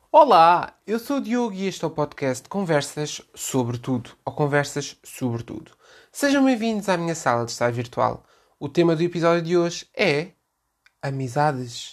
Olá, eu sou o Diogo e este é o podcast Conversas sobre Tudo, ou Conversas sobre Tudo. Sejam bem-vindos à minha sala de estar virtual. O tema do episódio de hoje é amizades.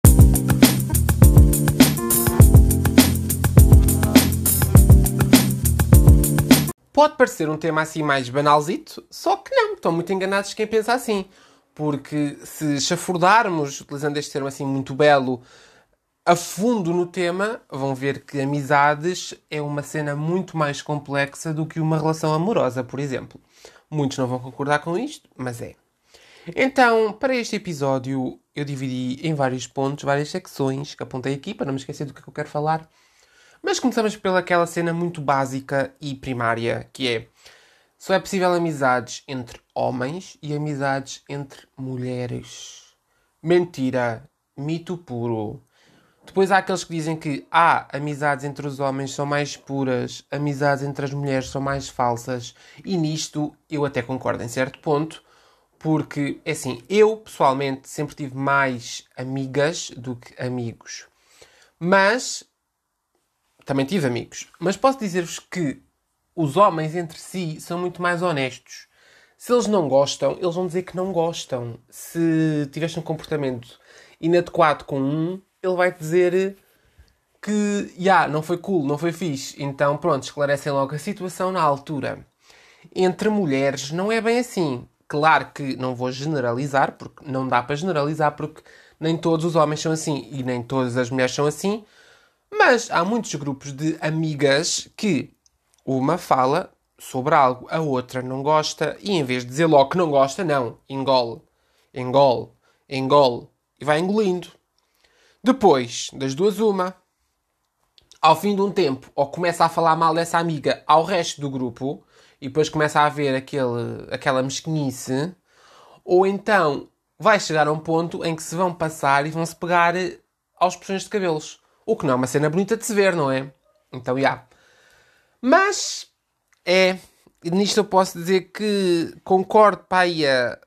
Pode parecer um tema assim mais banalzito, só que não, estão muito enganados quem pensa assim. Porque se chafurdarmos, utilizando este termo assim muito belo, a fundo no tema, vão ver que amizades é uma cena muito mais complexa do que uma relação amorosa, por exemplo. Muitos não vão concordar com isto, mas é. Então, para este episódio, eu dividi em vários pontos, várias secções, que apontei aqui para não me esquecer do que é que eu quero falar. Mas começamos pelaquela cena muito básica e primária, que é: só é possível amizades entre homens e amizades entre mulheres. Mentira. Mito puro. Depois há aqueles que dizem que amizades entre os homens são mais puras, amizades entre as mulheres são mais falsas. E nisto eu até concordo em certo ponto, porque, é assim, eu pessoalmente sempre tive mais amigas do que amigos. Mas, também tive amigos. Mas posso dizer-vos que os homens entre si são muito mais honestos. Se eles não gostam, eles vão dizer que não gostam. Se tiveste um comportamento inadequado com um, ele vai dizer que, não foi cool, não foi fixe. Então, pronto, esclarecem logo a situação na altura. Entre mulheres não é bem assim. Claro que não vou generalizar, porque não dá para generalizar, porque nem todos os homens são assim e nem todas as mulheres são assim. Mas há muitos grupos de amigas que uma fala sobre algo, a outra não gosta, e em vez de dizer logo que não gosta, não, engole, engole, engole, e vai engolindo. Depois, das duas, uma, ao fim de um tempo, ou começa a falar mal dessa amiga ao resto do grupo, e depois começa a haver aquela mesquinice, ou então vai chegar a um ponto em que se vão passar e vão se pegar aos puxões de cabelos. O que não é uma cena bonita de se ver, não é? Então, Mas, nisto eu posso dizer que concordo para aí a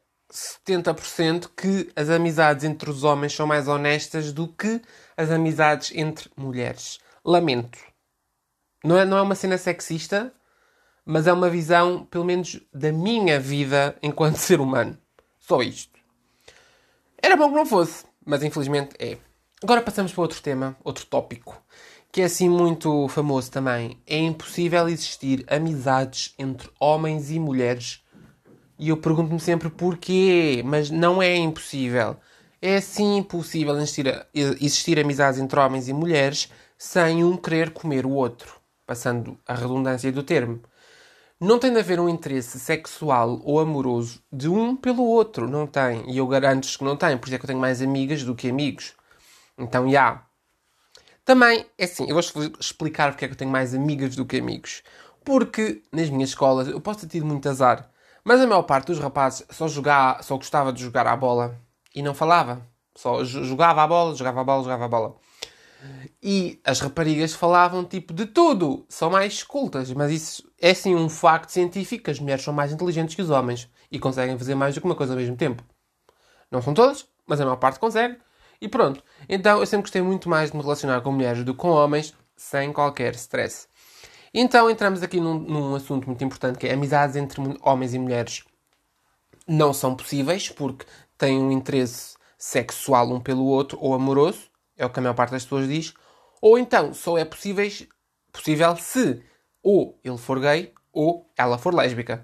70% que as amizades entre os homens são mais honestas do que as amizades entre mulheres. Lamento. Não é uma cena sexista, mas é uma visão, pelo menos, da minha vida enquanto ser humano. Só isto. Era bom que não fosse, mas infelizmente é. Agora passamos para outro tema, outro tópico, que é assim muito famoso também. É impossível existir amizades entre homens e mulheres. E eu pergunto-me sempre porquê, mas não é impossível. É sim possível existir amizades entre homens e mulheres sem um querer comer o outro, passando a redundância do termo. Não tem de haver um interesse sexual ou amoroso de um pelo outro. Não tem. E eu garanto-vos que não tem. Por isso é que eu tenho mais amigas do que amigos. Então, Também, é assim, eu vou explicar porque é que eu tenho mais amigas do que amigos. Porque nas minhas escolas eu posso ter tido muito azar. Mas a maior parte dos rapazes só gostava de jogar à bola e não falava. Só jogava a bola, jogava a bola, jogava a bola. E as raparigas falavam tipo de tudo. São mais cultas. Mas isso é sim um facto científico. As mulheres são mais inteligentes que os homens. E conseguem fazer mais do que uma coisa ao mesmo tempo. Não são todas, mas a maior parte consegue. E pronto. Então eu sempre gostei muito mais de me relacionar com mulheres do que com homens. Sem qualquer stress. Então entramos aqui num assunto muito importante que é amizades entre homens e mulheres não são possíveis porque têm um interesse sexual um pelo outro ou amoroso, é o que a maior parte das pessoas diz, ou então só é possível se ou ele for gay ou ela for lésbica.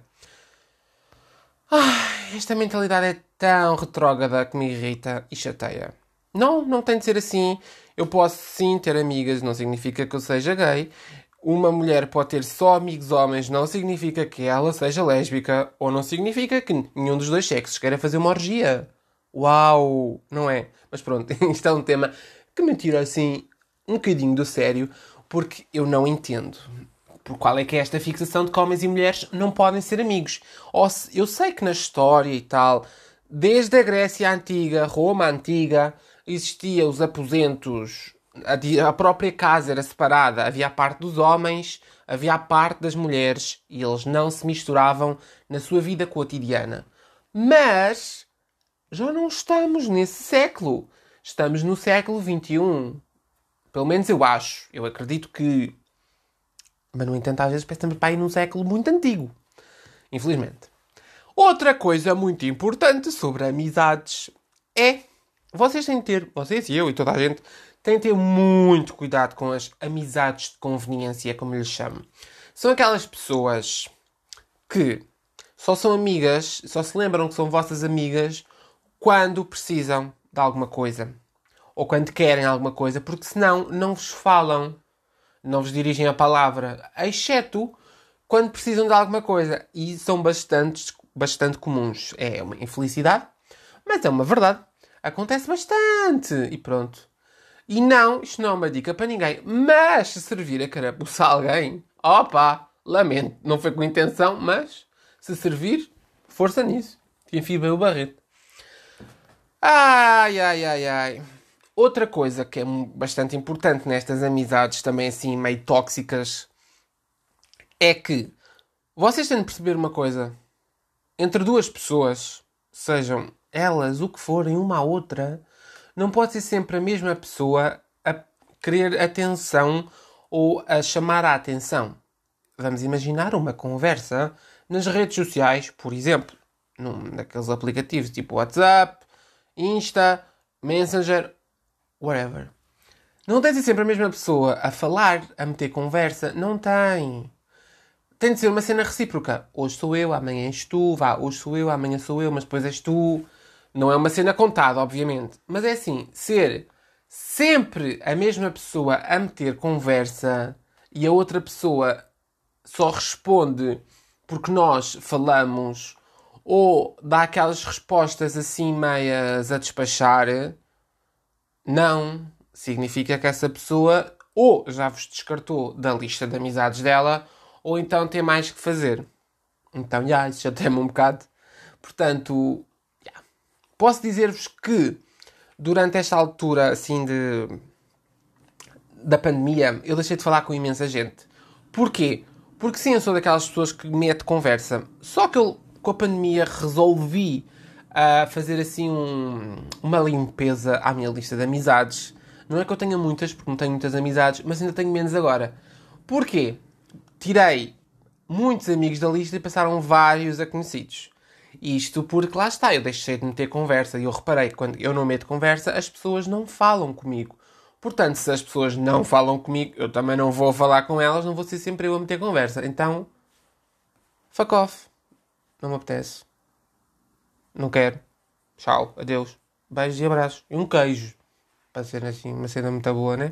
Esta mentalidade é tão retrógrada que me irrita e chateia. Não tem de ser assim. Eu posso sim ter amigas, não significa que eu seja gay. Uma mulher pode ter só amigos homens, não significa que ela seja lésbica, ou não significa que nenhum dos dois sexos queira fazer uma orgia. Uau! Não é? Mas pronto, isto é um tema que me tira assim um bocadinho do sério, porque eu não entendo. Por qual é que é esta fixação de que homens e mulheres não podem ser amigos? Eu sei que na história e tal, desde a Grécia Antiga, Roma Antiga, existiam os aposentos, a própria casa era separada. Havia a parte dos homens, havia a parte das mulheres, e eles não se misturavam na sua vida cotidiana. Mas já não estamos nesse século. Estamos no século XXI. Pelo menos eu acho. Eu acredito que... Mas, no entanto, às vezes parece para ir num século muito antigo. Infelizmente. Outra coisa muito importante sobre amizades é... Vocês têm de ter... Vocês e eu e toda a gente têm de ter muito cuidado com as amizades de conveniência, como lhes chamo. São aquelas pessoas que só são amigas, só se lembram que são vossas amigas quando precisam de alguma coisa. Ou quando querem alguma coisa, porque senão não vos falam, não vos dirigem a palavra, exceto quando precisam de alguma coisa. E são bastante comuns. É uma infelicidade, mas é uma verdade. Acontece bastante. E pronto. E não, isto não é uma dica para ninguém, mas se servir a carapuça a alguém, opa, lamento, não foi com intenção, mas se servir, força nisso. Que enfie bem o barreto. Ai, ai, ai, ai. Outra coisa que é bastante importante nestas amizades, também assim meio tóxicas, é que vocês têm de perceber uma coisa. Entre duas pessoas, sejam elas o que forem, uma à outra, não pode ser sempre a mesma pessoa a querer atenção ou a chamar a atenção. Vamos imaginar uma conversa nas redes sociais, por exemplo, naqueles aplicativos tipo WhatsApp, Insta, Messenger, whatever. Não tem de ser sempre a mesma pessoa a falar, a meter conversa. Não tem. Tem de ser uma cena recíproca. Hoje sou eu, amanhã és tu. Vá, hoje sou eu, amanhã sou eu, mas depois és tu. Não é uma cena contada, obviamente. Mas é assim, ser sempre a mesma pessoa a meter conversa e a outra pessoa só responde porque nós falamos ou dá aquelas respostas assim meias a despachar, não significa que essa pessoa ou já vos descartou da lista de amizades dela ou então tem mais que fazer. Então, isso já tem um bocado. Portanto, posso dizer-vos que durante esta altura assim da pandemia eu deixei de falar com imensa gente. Porquê? Porque sim, eu sou daquelas pessoas que mete conversa. Só que eu, com a pandemia, resolvi fazer assim uma limpeza à minha lista de amizades. Não é que eu tenha muitas, porque não tenho muitas amizades, mas ainda tenho menos agora. Porquê? Tirei muitos amigos da lista e passaram vários a conhecidos. Isto porque lá está, eu deixei de meter conversa e eu reparei que quando eu não meto conversa, as pessoas não falam comigo. Portanto, se as pessoas não falam comigo, eu também não vou falar com elas, não vou ser sempre eu a meter conversa. Então, fuck off. Não me apetece. Não quero. Tchau, adeus. Beijos e abraços. E um queijo. Para ser assim uma cena muito boa, né?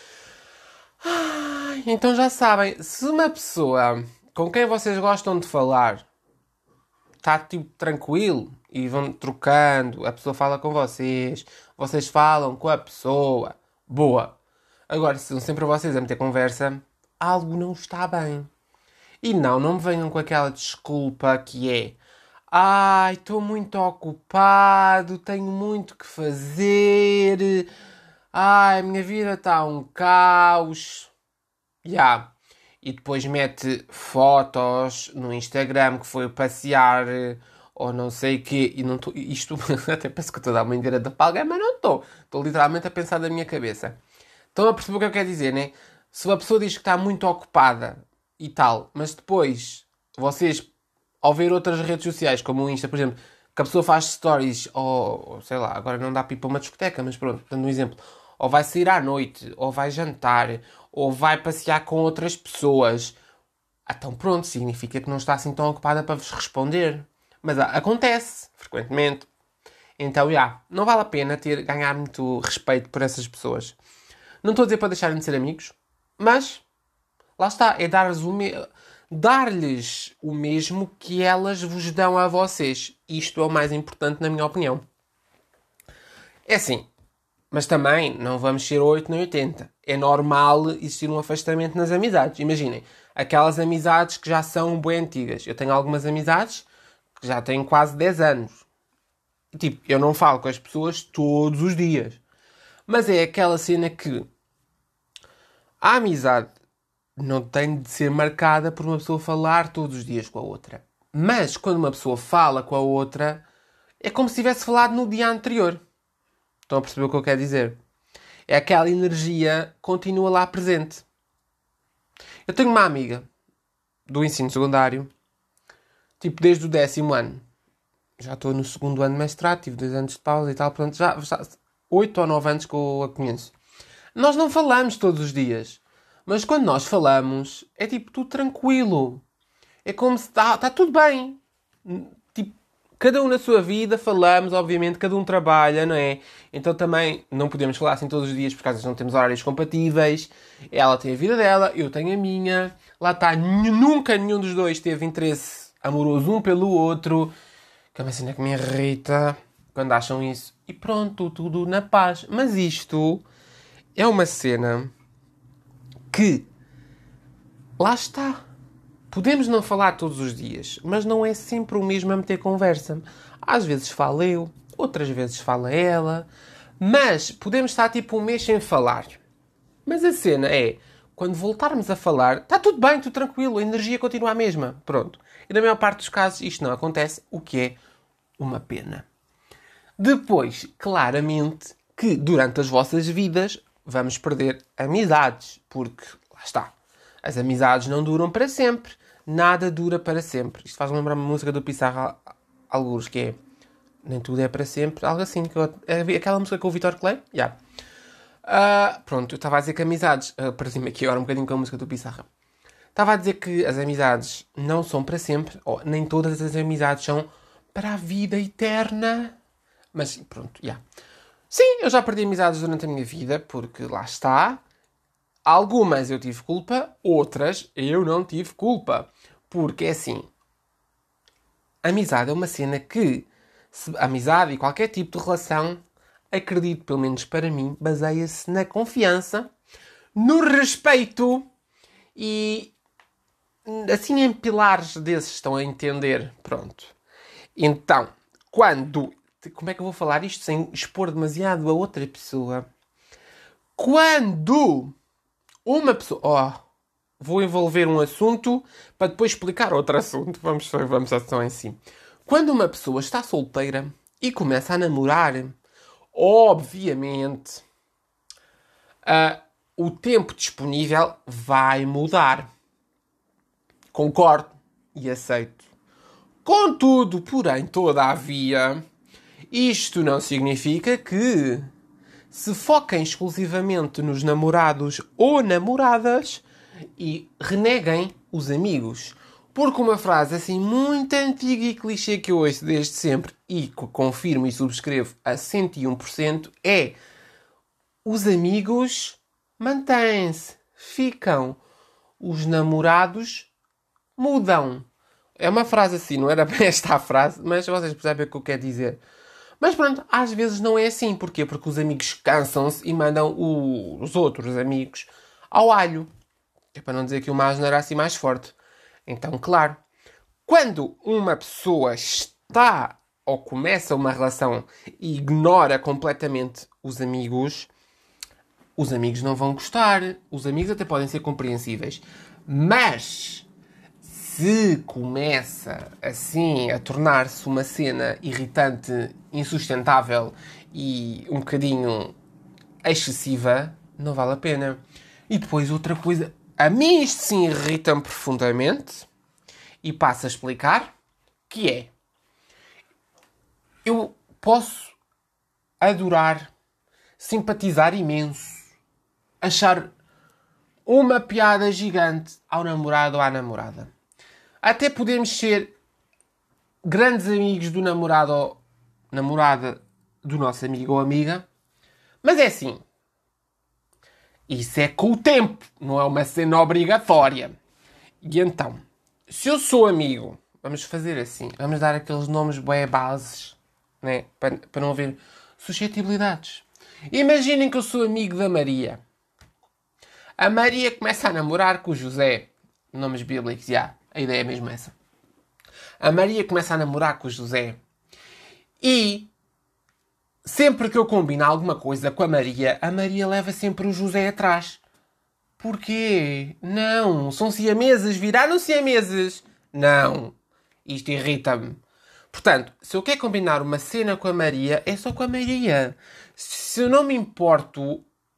Então já sabem, se uma pessoa com quem vocês gostam de falar está tipo tranquilo e vão trocando, a pessoa fala com vocês, vocês falam com a pessoa, boa. Agora, se são sempre vocês a meter conversa, algo não está bem. E não me venham com aquela desculpa que é: ai, estou muito ocupado, tenho muito que fazer, ai, minha vida está um caos. E depois mete fotos no Instagram que foi passear ou não sei o quê. E não tô, isto até parece que estou a dar uma indireta para alguém, mas não estou. Estou literalmente a pensar da minha cabeça. Estão a perceber o que eu quero dizer, né? Se uma pessoa diz que está muito ocupada e tal, mas depois vocês, ao ver outras redes sociais, como o Insta, por exemplo, que a pessoa faz stories, ou sei lá, agora não dá para ir para uma discoteca, mas pronto, dando um exemplo, ou vai sair à noite, ou vai jantar, ou vai passear com outras pessoas. Então pronto, significa que não está assim tão ocupada para vos responder. Mas acontece, frequentemente. Então, não vale a pena ganhar muito respeito por essas pessoas. Não estou a dizer para deixarem de ser amigos, mas lá está, é dar-lhes o mesmo que elas vos dão a vocês. Isto é o mais importante, na minha opinião. É assim, mas também não vamos ser 8 nem 80. É normal existir um afastamento nas amizades. Imaginem, aquelas amizades que já são bem antigas. Eu tenho algumas amizades que já têm quase 10 anos. Tipo, eu não falo com as pessoas todos os dias. Mas é aquela cena que a amizade não tem de ser marcada por uma pessoa falar todos os dias com a outra. Mas quando uma pessoa fala com a outra, é como se tivesse falado no dia anterior. Estão a perceber o que eu quero dizer? É aquela energia que continua lá presente. Eu tenho uma amiga do ensino secundário, tipo desde o 10º ano. Já estou no 2º ano de mestrado, tive 2 anos de pausa e tal, pronto, já 8 ou 9 anos que eu a conheço. Nós não falamos todos os dias, mas quando nós falamos, é tipo tudo tranquilo. É como se está tudo bem. Tipo, cada um na sua vida, falamos, obviamente, cada um trabalha, não é? Então também não podemos falar assim todos os dias, porque às vezes não temos horários compatíveis. Ela tem a vida dela, eu tenho a minha. Lá está, nunca nenhum dos dois teve interesse amoroso um pelo outro. Que é uma cena que me irrita quando acham isso. E pronto, tudo na paz. Mas isto é uma cena que, lá está. Podemos não falar todos os dias, mas não é sempre o mesmo a meter conversa. Às vezes falo eu, outras vezes fala ela, mas podemos estar tipo um mês sem falar. Mas a cena é, quando voltarmos a falar, está tudo bem, tudo tranquilo, a energia continua a mesma. Pronto. E na maior parte dos casos isto não acontece, o que é uma pena. Depois, claramente, que durante as vossas vidas vamos perder amizades, porque, lá está, as amizades não duram para sempre, nada dura para sempre. Isto faz-me lembrar uma música do Pissarra, alguns, que é nem tudo é para sempre, algo assim, aquela música com o Vítor Clay, yeah. Pronto, eu estava a dizer que amizades, pareci-me aqui agora um bocadinho com a música do Pissarra. Estava a dizer que as amizades não são para sempre, ou nem todas as amizades são para a vida eterna. Mas pronto, já. Yeah. Sim, eu já perdi amizades durante a minha vida, porque lá está. Algumas eu tive culpa, outras eu não tive culpa. Porque é assim, amizade é uma cena que, amizade e qualquer tipo de relação, acredito, pelo menos para mim, baseia-se na confiança, no respeito e assim em pilares desses, estão a entender? Pronto. Então, quando... Como é que eu vou falar isto sem expor demasiado a outra pessoa? Quando uma pessoa... vou envolver um assunto para depois explicar outro assunto. Vamos só em si. Quando uma pessoa está solteira e começa a namorar, obviamente, o tempo disponível vai mudar. Concordo e aceito. Contudo, porém, todavia, isto não significa que se foquem exclusivamente nos namorados ou namoradas e reneguem os amigos. Porque uma frase assim muito antiga e clichê que eu ouço desde sempre e confirmo e subscrevo a 101% é: os amigos mantêm-se, ficam. Os namorados mudam. É uma frase assim, não era bem esta a frase, mas vocês percebem o que eu quero dizer. Mas pronto, às vezes não é assim. Porquê? Porque os amigos cansam-se e mandam os outros amigos ao alho. É para não dizer que o mais não era assim mais forte. Então, claro, quando uma pessoa está ou começa uma relação e ignora completamente os amigos não vão gostar. Os amigos até podem ser compreensíveis. Mas se começa assim a tornar-se uma cena irritante, insustentável e um bocadinho excessiva, não vale a pena. E depois outra coisa, a mim isto sim irrita-me profundamente e passo a explicar, que é, eu posso adorar, simpatizar imenso, achar uma piada gigante ao namorado ou à namorada. Até podemos ser grandes amigos do namorado ou namorada do nosso amigo ou amiga. Mas é assim. Isso é com o tempo. Não é uma cena obrigatória. E então, se eu sou amigo, vamos fazer assim. Vamos dar aqueles nomes bué bases, né? Para não haver suscetibilidades. Imaginem que eu sou amigo da Maria. A Maria começa a namorar com o José. Nomes bíblicos, já. A ideia é mesmo essa. A Maria começa a namorar com o José. E sempre que eu combino alguma coisa com a Maria leva sempre o José atrás. Porquê? Não. São siameses. Viraram siameses. Não. Isto irrita-me. Portanto, se eu quero combinar uma cena com a Maria, é só com a Maria. Se eu não me importo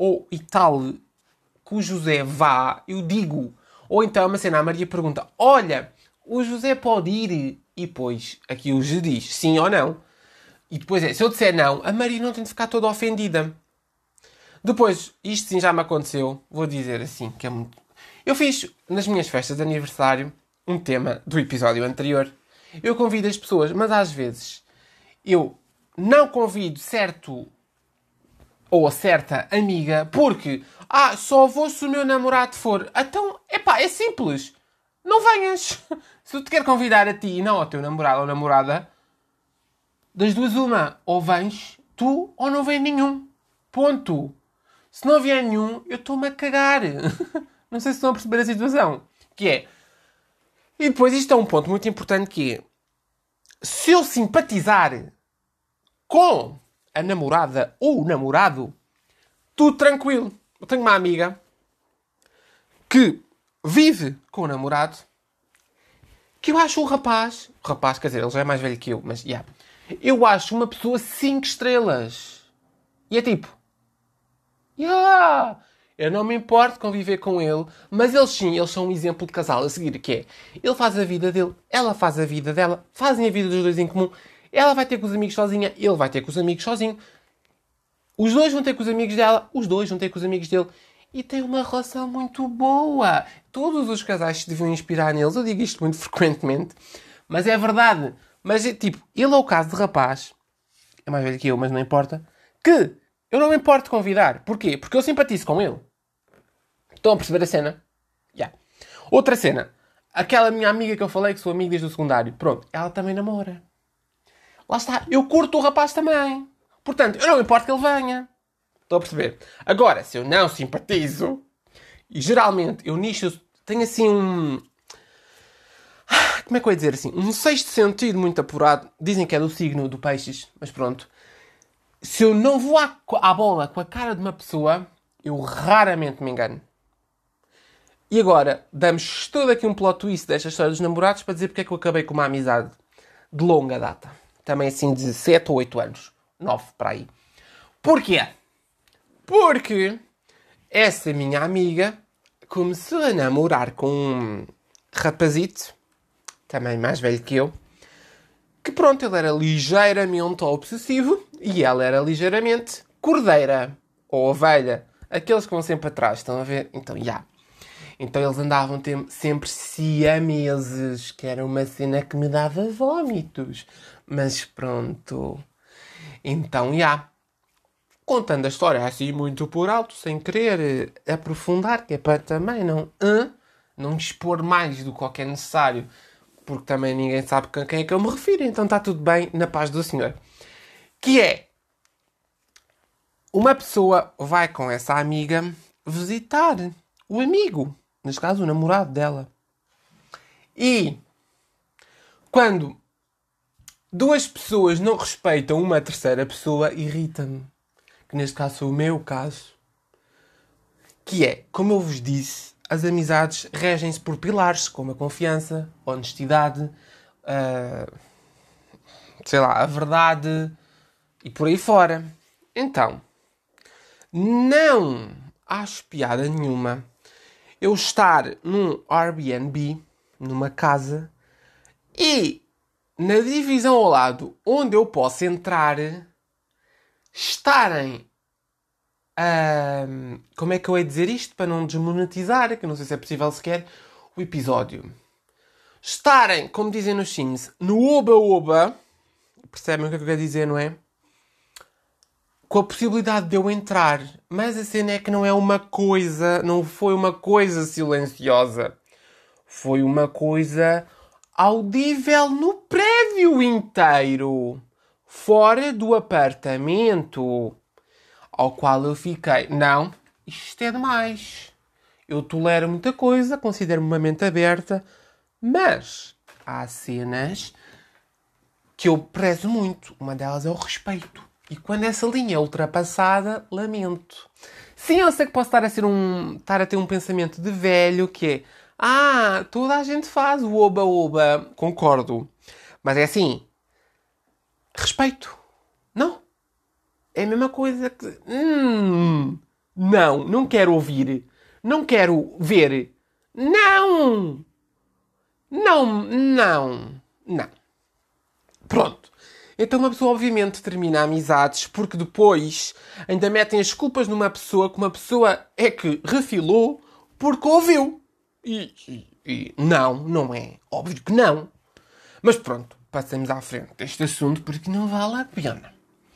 ou e tal que o José vá, eu digo. Ou então uma cena, a Maria pergunta, olha, o José pode ir? E depois aqui o José diz sim ou não. E depois se eu disser não, a Maria não tem de ficar toda ofendida. Depois, isto sim já me aconteceu, vou dizer assim, que é muito... Eu fiz, nas minhas festas de aniversário, um tema do episódio anterior. Eu convido as pessoas, mas às vezes eu não convido certo ou certa amiga porque, só vou se o meu namorado for. Então, é simples. Não venhas. Se eu te quero convidar a ti e não ao teu namorado ou namorada, das duas uma. Ou vens tu ou não vem nenhum. Ponto. Se não vier nenhum, eu estou-me a cagar. Não sei se estão a perceber a situação. Que é... E depois isto é um ponto muito importante que é... Se eu simpatizar com a namorada ou o namorado, tudo tranquilo. Eu tenho uma amiga que vive com o namorado, que eu acho o rapaz, quer dizer, ele já é mais velho que eu, mas, eu acho uma pessoa 5 estrelas. E é tipo, eu não me importo conviver com ele, mas eles sim, eles são um exemplo de casal a seguir, que é, ele faz a vida dele, ela faz a vida dela, fazem a vida dos dois em comum, ela vai ter com os amigos sozinha, ele vai ter com os amigos sozinho, os dois vão ter com os amigos dela, os dois vão ter com os amigos dele, e tem uma relação muito boa. Todos os casais se deviam inspirar neles, eu digo isto muito frequentemente, mas é verdade. Mas, tipo, ele é o caso de rapaz, é mais velho que eu, mas não importa, que eu não me importo de convidar. Porquê? Porque eu simpatizo com ele. Estão a perceber a cena? Outra cena. Aquela minha amiga que eu falei, que sou amiga desde o secundário. Pronto, ela também namora. Lá está. Eu curto o rapaz também. Portanto, eu não me importo que ele venha. Estão a perceber? Agora, se eu não simpatizo, e geralmente eu nisto tenho assim um... Como é que eu ia dizer assim? Um sexto sentido muito apurado. Dizem que é do signo do peixes, mas pronto. Se eu não vou à bola com a cara de uma pessoa, eu raramente me engano. E agora, damos todo aqui um plot twist desta história dos namorados para dizer porque é que eu acabei com uma amizade de longa data. Também assim de 7 ou 8 anos. 9 para aí. Porquê? Porque essa minha amiga começou a namorar com um rapazito, também mais velho que eu, que pronto, ele era ligeiramente obsessivo e ela era ligeiramente cordeira ou ovelha. Aqueles que vão sempre atrás, estão a ver? Então, Então eles andavam sempre siameses, que era uma cena que me dava vómitos. Mas pronto. Então, contando a história assim muito por alto, sem querer aprofundar, que é para também não expor mais do que é necessário, porque também ninguém sabe a quem é que eu me refiro, então está tudo bem, na paz do Senhor. Que é, uma pessoa vai com essa amiga visitar o amigo, neste caso o namorado dela. E quando duas pessoas não respeitam uma terceira pessoa, irrita-me. Que neste caso foi o meu caso. Que é, como eu vos disse, as amizades regem-se por pilares, como a confiança, a honestidade, a verdade e por aí fora. Então, não acho piada nenhuma eu estar num Airbnb, numa casa, e na divisão ao lado onde eu posso entrar, estarem como é que eu hei de dizer isto para não desmonetizar, que eu não sei se é possível sequer, o episódio. Estarem, como dizem nos Sims, no oba-oba, percebem o que é que eu quero dizer, não é? Com a possibilidade de eu entrar. Mas a cena é que não foi uma coisa silenciosa. Foi uma coisa audível no prédio inteiro. Fora do apartamento. Ao qual eu fiquei, não, isto é demais. Eu tolero muita coisa, considero-me uma mente aberta, mas há cenas que eu prezo muito. Uma delas é o respeito. E quando essa linha é ultrapassada, lamento. Sim, eu sei que posso estar a ter um pensamento de velho que é toda a gente faz o oba-oba. Concordo. Mas é assim, respeito. Não. É a mesma coisa que... não quero ouvir, não quero ver. Não! Não. Pronto. Então uma pessoa obviamente termina amizades porque depois ainda metem as culpas numa pessoa que uma pessoa é que refilou porque ouviu. E não é. Óbvio que não. Mas pronto, passemos à frente deste assunto porque não vale a pena.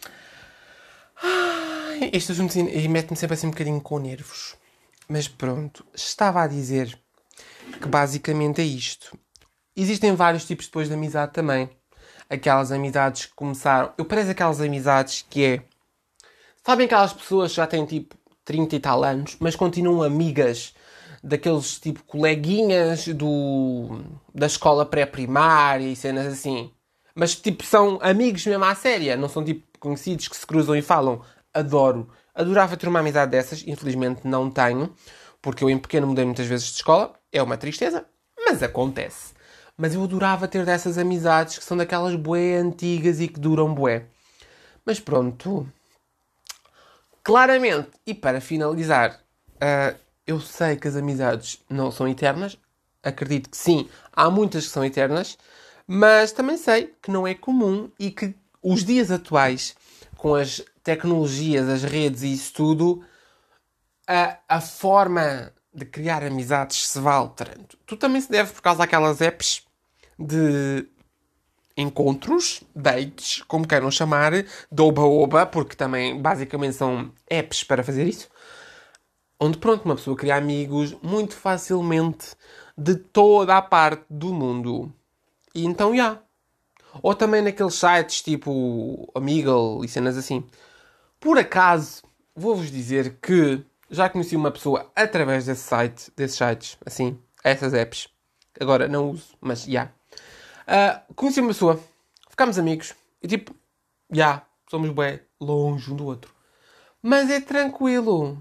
Este assunto mete-me sempre assim um bocadinho com nervos. Mas pronto, estava a dizer que basicamente é isto. Existem vários tipos depois de amizade também. Aquelas amizades que começaram... Eu prezo aquelas amizades que é... Sabem aquelas pessoas que já têm tipo 30 e tal anos, mas continuam amigas daqueles tipo coleguinhas da escola pré-primária e cenas assim. Mas tipo são amigos mesmo à séria, não são tipo conhecidos que se cruzam e falam. Adoro. Adorava ter uma amizade dessas, infelizmente não tenho, porque eu em pequeno mudei muitas vezes de escola. É uma tristeza, mas acontece. Mas eu adorava ter dessas amizades que são daquelas bué antigas e que duram bué. Mas pronto. Claramente, e para finalizar, eu sei que as amizades não são eternas. Acredito que sim, há muitas que são eternas. Mas também sei que não é comum e que os dias atuais, com as tecnologias, as redes e isso tudo, a forma de criar amizades se vai alterando. Tu também se deve por causa daquelas apps de encontros, dates, como queiram chamar, de oba-oba, porque também basicamente são apps para fazer isso, onde pronto, uma pessoa cria amigos muito facilmente de toda a parte do mundo. E então, já. Yeah. Ou também naqueles sites tipo Omegle e cenas assim. Por acaso, vou-vos dizer que já conheci uma pessoa através desses sites, assim, essas apps. Agora não uso, mas já. Yeah. Conheci uma pessoa, ficámos amigos e tipo, já, yeah, somos bem longe um do outro. Mas é tranquilo.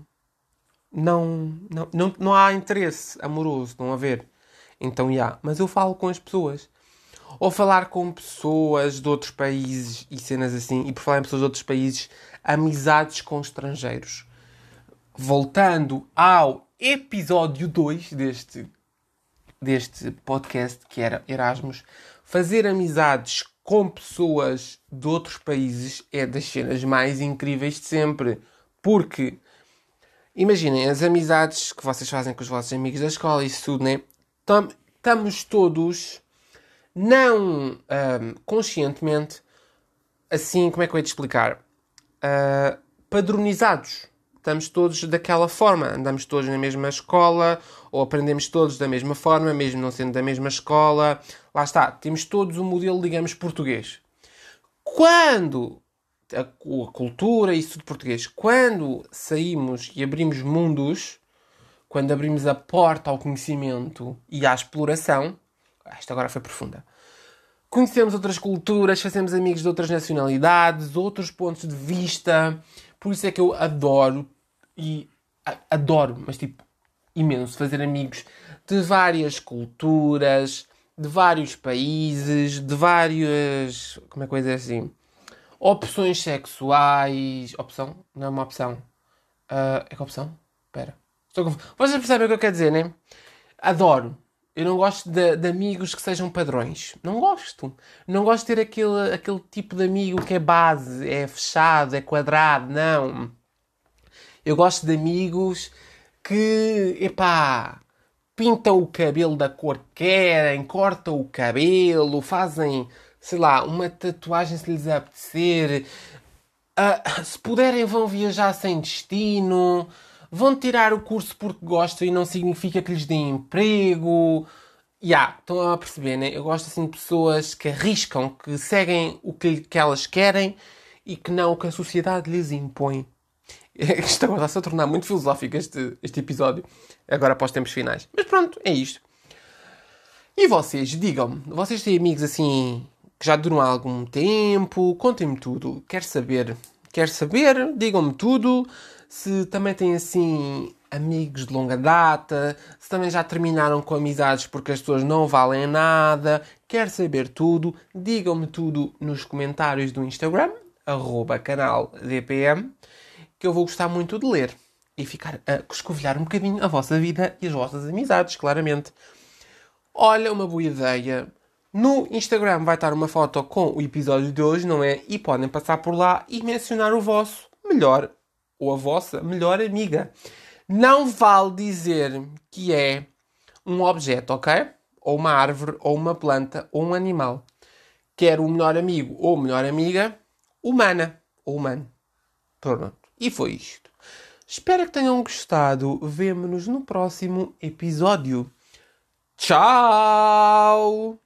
Não há interesse amoroso, não haver. Então, já. Yeah. Mas eu falo com as pessoas. Ou falar com pessoas de outros países e cenas assim. E por falar em pessoas de outros países, amizades com estrangeiros. Voltando ao episódio 2 deste podcast, que era Erasmus, fazer amizades com pessoas de outros países é das cenas mais incríveis de sempre. Porque, imaginem, as amizades que vocês fazem com os vossos amigos da escola, isso tudo, né? Estamos todos... não conscientemente, assim, como é que eu ia te explicar? Padronizados. Estamos todos daquela forma. Andamos todos na mesma escola, ou aprendemos todos da mesma forma, mesmo não sendo da mesma escola. Lá está. Temos todos um modelo, digamos, português. Quando a cultura e isso tudo português, quando saímos e abrimos mundos, quando abrimos a porta ao conhecimento e à exploração, esta agora foi profunda. Conhecemos outras culturas, fazemos amigos de outras nacionalidades, outros pontos de vista. Por isso é que eu adoro, mas tipo, imenso, fazer amigos de várias culturas, de vários países, de várias... como é que eu ia dizer assim? Opções sexuais... Opção? Não é uma opção. É que opção? Espera. Vocês percebem o que eu quero dizer, né? Adoro. Eu não gosto de amigos que sejam padrões. Não gosto. Não gosto de ter aquele tipo de amigo que é base, é fechado, é quadrado. Não. Eu gosto de amigos que, epá, pintam o cabelo da cor que querem, cortam o cabelo, fazem, sei lá, uma tatuagem se lhes apetecer. Se puderem vão viajar sem destino. Vão tirar o curso porque gostam e não significa que lhes deem emprego. Estão a perceber, né? Eu gosto assim de pessoas que arriscam, que seguem o que elas querem e que não o que a sociedade lhes impõe. Isto agora está-se a tornar muito filosófico este episódio. Agora para os tempos finais. Mas pronto, é isto. E vocês, digam-me, vocês têm amigos assim que já duram há algum tempo? Contem-me tudo. Quero saber, digam-me tudo. Se também têm assim amigos de longa data, se também já terminaram com amizades porque as pessoas não valem nada. Quero saber tudo. Digam-me tudo nos comentários do Instagram, @canaldpm, que eu vou gostar muito de ler. e ficar a coscovilhar um bocadinho a vossa vida e as vossas amizades, claramente. Olha, uma boa ideia. No Instagram vai estar uma foto com o episódio de hoje, não é? E podem passar por lá e mencionar o vosso melhor ou a vossa melhor amiga. Não vale dizer que é um objeto, ok? Ou uma árvore, ou uma planta, ou um animal. Quer o melhor amigo ou melhor amiga humana ou humano. Pronto. E foi isto. Espero que tenham gostado. Vemo-nos no próximo episódio. Tchau!